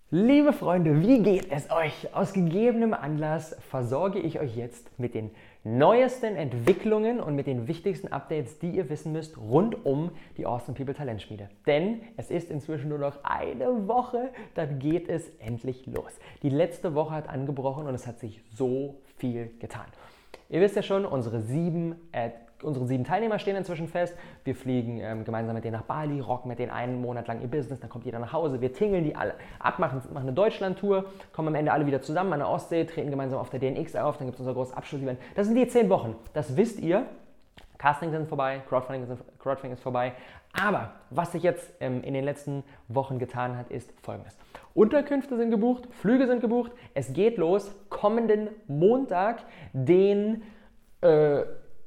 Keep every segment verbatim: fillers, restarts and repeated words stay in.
Liebe Freunde, wie geht es euch? Aus gegebenem Anlass versorge ich euch jetzt mit den neuesten Entwicklungen und mit den wichtigsten Updates, die ihr wissen müsst, rund um die Awesome People Talentschmiede. Denn es ist inzwischen nur noch eine Woche, dann geht es endlich los. Die letzte Woche hat angebrochen und es hat sich so viel getan. Ihr wisst ja schon, unsere sieben äh, Unsere sieben Teilnehmer stehen inzwischen fest. Wir fliegen ähm, gemeinsam mit denen nach Bali, rocken mit denen einen Monat lang ihr Business, dann kommt jeder nach Hause, wir tingeln die alle ab, machen, machen eine Deutschland-Tour, kommen am Ende alle wieder zusammen an der Ostsee, treten gemeinsam auf der D N X auf, dann gibt es unser großes Abschlussevent. Das sind die zehn Wochen, das wisst ihr. Castings sind vorbei, Crowdfunding, sind, Crowdfunding ist vorbei. Aber was sich jetzt ähm, in den letzten Wochen getan hat, ist Folgendes. Unterkünfte sind gebucht, Flüge sind gebucht, es geht los, kommenden Montag, den äh,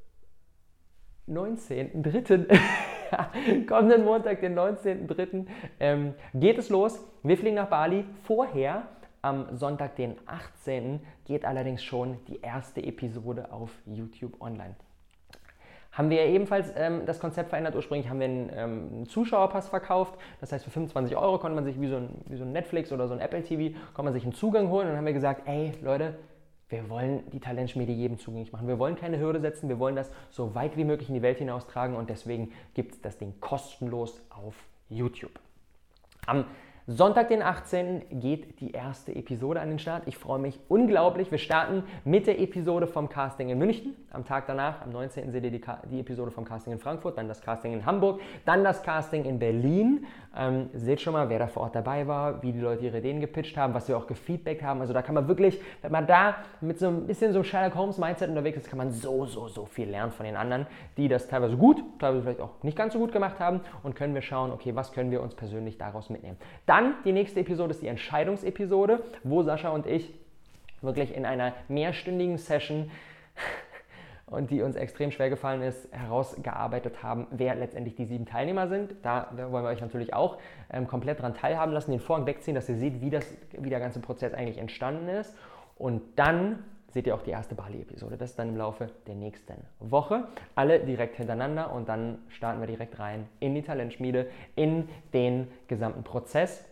neunzehnten dritten kommenden Montag, den neunzehnten dritten Ähm, geht es los. Wir fliegen nach Bali. Vorher, am Sonntag, den achtzehnten geht allerdings schon die erste Episode auf YouTube online. Haben wir ebenfalls ähm, das Konzept verändert. Ursprünglich haben wir einen, ähm, einen Zuschauerpass verkauft. Das heißt, für fünfundzwanzig Euro konnte man sich wie so, ein, wie so ein Netflix oder so ein Apple T V, konnte man sich einen Zugang holen. Und dann haben wir gesagt, ey Leute, wir wollen die Talentschmiede jedem zugänglich machen. Wir wollen keine Hürde setzen, wir wollen das so weit wie möglich in die Welt hinaustragen und deswegen gibt es das Ding kostenlos auf YouTube. Am Sonntag, den achtzehnten geht die erste Episode an den Start. Ich freue mich unglaublich. Wir starten mit der Episode vom Casting in München. Am Tag danach, am neunzehnten seht ihr die, die Episode vom Casting in Frankfurt, dann das Casting in Hamburg, dann das Casting in Berlin. Ähm, seht schon mal, wer da vor Ort dabei war, wie die Leute ihre Ideen gepitcht haben, was wir auch gefeedbackt haben. Also da kann man wirklich, wenn man da mit so ein bisschen so Sherlock Holmes Mindset unterwegs ist, kann man so, so, so viel lernen von den anderen, die das teilweise gut, teilweise vielleicht auch nicht ganz so gut gemacht haben und können wir schauen, okay, was können wir uns persönlich daraus mitnehmen. Dann die nächste Episode ist die Entscheidungsepisode, wo Sascha und ich wirklich in einer mehrstündigen Session und die uns extrem schwer gefallen ist, herausgearbeitet haben, wer letztendlich die sieben Teilnehmer sind. Da wollen wir euch natürlich auch ähm, komplett dran teilhaben lassen, den Vorhang wegziehen, dass ihr seht, wie, das, wie der ganze Prozess eigentlich entstanden ist. Und dann seht ihr auch die erste Bali-Episode. Das ist dann im Laufe der nächsten Woche. Alle direkt hintereinander und dann starten wir direkt rein in die Talentschmiede, in den gesamten Prozess.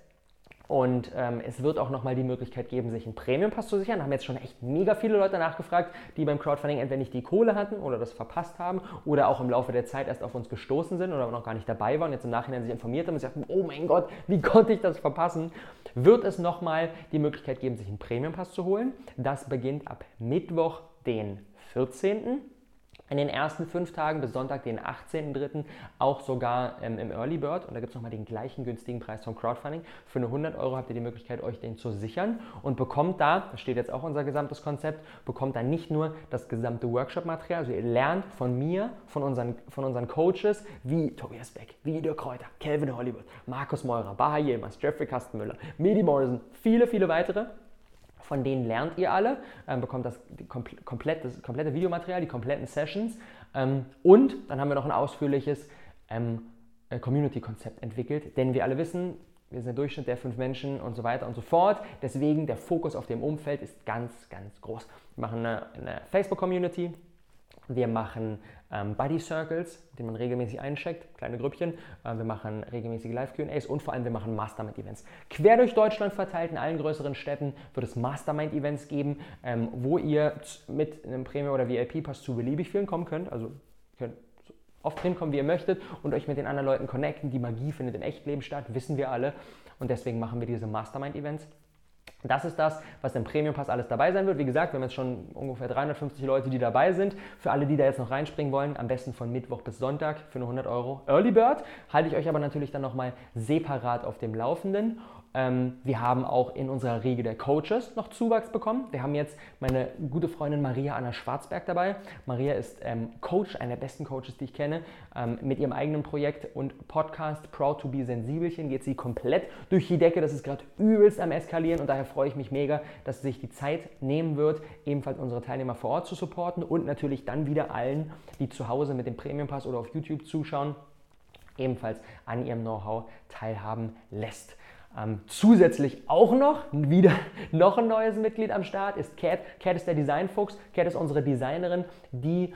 Und ähm, es wird auch nochmal die Möglichkeit geben, sich einen Premium-Pass zu sichern. Da haben jetzt schon echt mega viele Leute nachgefragt, die beim Crowdfunding entweder nicht die Kohle hatten oder das verpasst haben oder auch im Laufe der Zeit erst auf uns gestoßen sind oder noch gar nicht dabei waren, jetzt im Nachhinein sich informiert haben und sagten, oh mein Gott, wie konnte ich das verpassen? Wird es nochmal die Möglichkeit geben, sich einen Premium-Pass zu holen. Das beginnt ab Mittwoch, den vierzehnten In den ersten fünf Tagen bis Sonntag, den achtzehnten dritten auch sogar ähm, im Early Bird. Und da gibt es nochmal den gleichen günstigen Preis vom Crowdfunding. Für eine hundert Euro habt ihr die Möglichkeit, euch den zu sichern und bekommt da, das steht jetzt auch unser gesamtes Konzept, bekommt da nicht nur das gesamte Workshop-Material, also ihr lernt von mir, von unseren, von unseren Coaches, wie Tobias Beck, wie Dirk Kräuter, Calvin Hollywood, Markus Meurer, Baha Yilmaz, Jeffrey Kastenmüller, Medi Morrison, viele, viele weitere. Von denen lernt ihr alle, ähm, bekommt das, komplett, das komplette Videomaterial, die kompletten Sessions ähm, und dann haben wir noch ein ausführliches ähm, Community-Konzept entwickelt, denn wir alle wissen, wir sind der Durchschnitt der fünf Menschen und so weiter und so fort, deswegen der Fokus auf dem Umfeld ist ganz, ganz groß. Wir machen eine, eine Facebook-Community, wir machen ähm, Buddy Circles, die man regelmäßig eincheckt, kleine Grüppchen. Äh, wir machen regelmäßige Live-Q und A's und vor allem wir machen Mastermind-Events. Quer durch Deutschland verteilt, in allen größeren Städten wird es Mastermind-Events geben, ähm, wo ihr mit einem Premium- oder V I P-Pass zu beliebig vielen kommen könnt. Also könnt so oft hinkommen, wie ihr möchtet und euch mit den anderen Leuten connecten. Die Magie findet im Echtleben statt, wissen wir alle. Und deswegen machen wir diese Mastermind-Events. Das ist das, was im Premium Pass alles dabei sein wird. Wie gesagt, wir haben jetzt schon ungefähr dreihundertfünfzig Leute, die dabei sind. Für alle, die da jetzt noch reinspringen wollen, am besten von Mittwoch bis Sonntag für nur hundert Euro Early Bird. Halte ich euch aber natürlich dann nochmal separat auf dem Laufenden. Ähm, wir haben auch in unserer Riege der Coaches noch Zuwachs bekommen. Wir haben jetzt meine gute Freundin Maria Anna Schwarzberg dabei. Maria ist ähm, Coach, einer der besten Coaches, die ich kenne. Ähm, mit ihrem eigenen Projekt und Podcast Proud to be Sensibelchen geht sie komplett durch die Decke. Das ist gerade übelst am Eskalieren und daher freue ich mich mega, dass sie sich die Zeit nehmen wird, ebenfalls unsere Teilnehmer vor Ort zu supporten und natürlich dann wieder allen, die zu Hause mit dem Premium Pass oder auf YouTube zuschauen, ebenfalls an ihrem Know-how teilhaben lässt. Ähm, zusätzlich auch noch, wieder noch ein neues Mitglied am Start ist Cat. Cat ist der Designfuchs. Cat ist unsere Designerin, die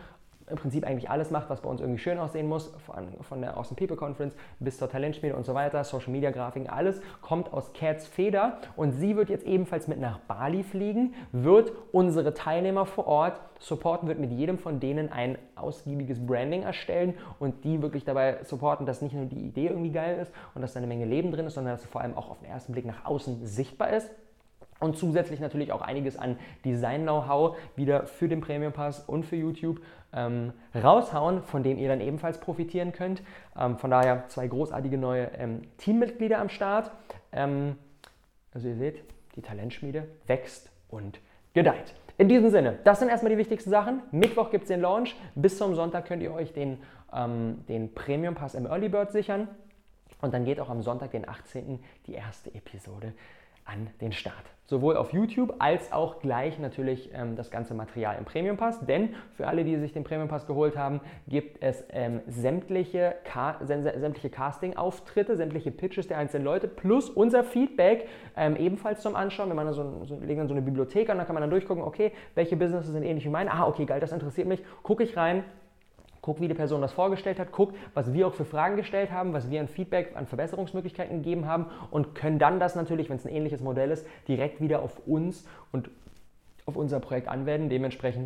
im Prinzip eigentlich alles macht, was bei uns irgendwie schön aussehen muss, von, von der Awesome People Conference bis zur Talentschmiede und so weiter, Social Media Grafiken, alles kommt aus Cats Feder und sie wird jetzt ebenfalls mit nach Bali fliegen, wird unsere Teilnehmer vor Ort supporten, wird mit jedem von denen ein ausgiebiges Branding erstellen und die wirklich dabei supporten, dass nicht nur die Idee irgendwie geil ist und dass da eine Menge Leben drin ist, sondern dass es vor allem auch auf den ersten Blick nach außen sichtbar ist. Und zusätzlich natürlich auch einiges an Design-Know-how wieder für den Premium Pass und für YouTube ähm, raushauen, von dem ihr dann ebenfalls profitieren könnt. Ähm, von daher zwei großartige neue ähm, Teammitglieder am Start. Ähm, also ihr seht, die Talentschmiede wächst und gedeiht. In diesem Sinne, das sind erstmal die wichtigsten Sachen. Mittwoch gibt es den Launch. Bis zum Sonntag könnt ihr euch den, ähm, den Premium Pass im Early Bird sichern. Und dann geht auch am Sonntag, den achtzehnten die erste Episode an den Start. Sowohl auf YouTube als auch gleich natürlich ähm, das ganze Material im Premium Pass, denn für alle, die sich den Premium Pass geholt haben, gibt es ähm, sämtliche, Ca- sämtliche Casting-Auftritte, sämtliche Pitches der einzelnen Leute plus unser Feedback ähm, ebenfalls zum Anschauen. Wir machen so, so, legen dann so eine Bibliothek an, da kann man dann durchgucken, okay, welche Businesses sind ähnlich wie meine, ah okay, geil, das interessiert mich, gucke ich rein. Guck, wie die Person das vorgestellt hat, guck, was wir auch für Fragen gestellt haben, was wir an Feedback, an Verbesserungsmöglichkeiten gegeben haben und können dann das natürlich, wenn es ein ähnliches Modell ist, direkt wieder auf uns und auf unser Projekt anwenden. Dementsprechend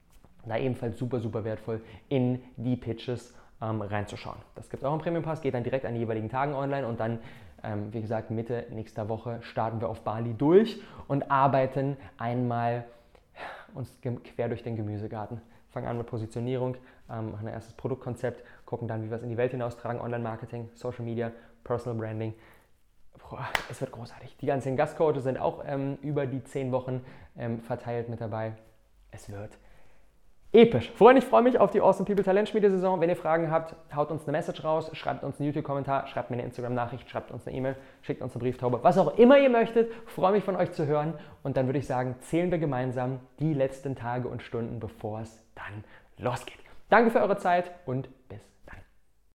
da ebenfalls super, super wertvoll in die Pitches ähm, reinzuschauen. Das gibt es auch im Premium Pass, geht dann direkt an die jeweiligen Tagen online und dann, ähm, wie gesagt, Mitte nächster Woche starten wir auf Bali durch und arbeiten einmal uns quer durch den Gemüsegarten. Fangen an mit Positionierung, ähm, machen ein erstes Produktkonzept, gucken dann, wie wir es in die Welt hinaustragen, Online-Marketing, Social Media, Personal Branding. Boah, es wird großartig. Die ganzen Gastcoaches sind auch ähm, über die zehn Wochen ähm, verteilt mit dabei. Es wird episch. Freunde, ich freue mich auf die Awesome People Talentschmiede-Saison. Wenn ihr Fragen habt, haut uns eine Message raus, schreibt uns einen YouTube-Kommentar, schreibt mir eine Instagram-Nachricht, schreibt uns eine E-Mail, schickt uns eine Brieftaube, was auch immer ihr möchtet. Freue mich von euch zu hören und dann würde ich sagen, zählen wir gemeinsam die letzten Tage und Stunden, bevor es dann losgeht. Danke für eure Zeit und bis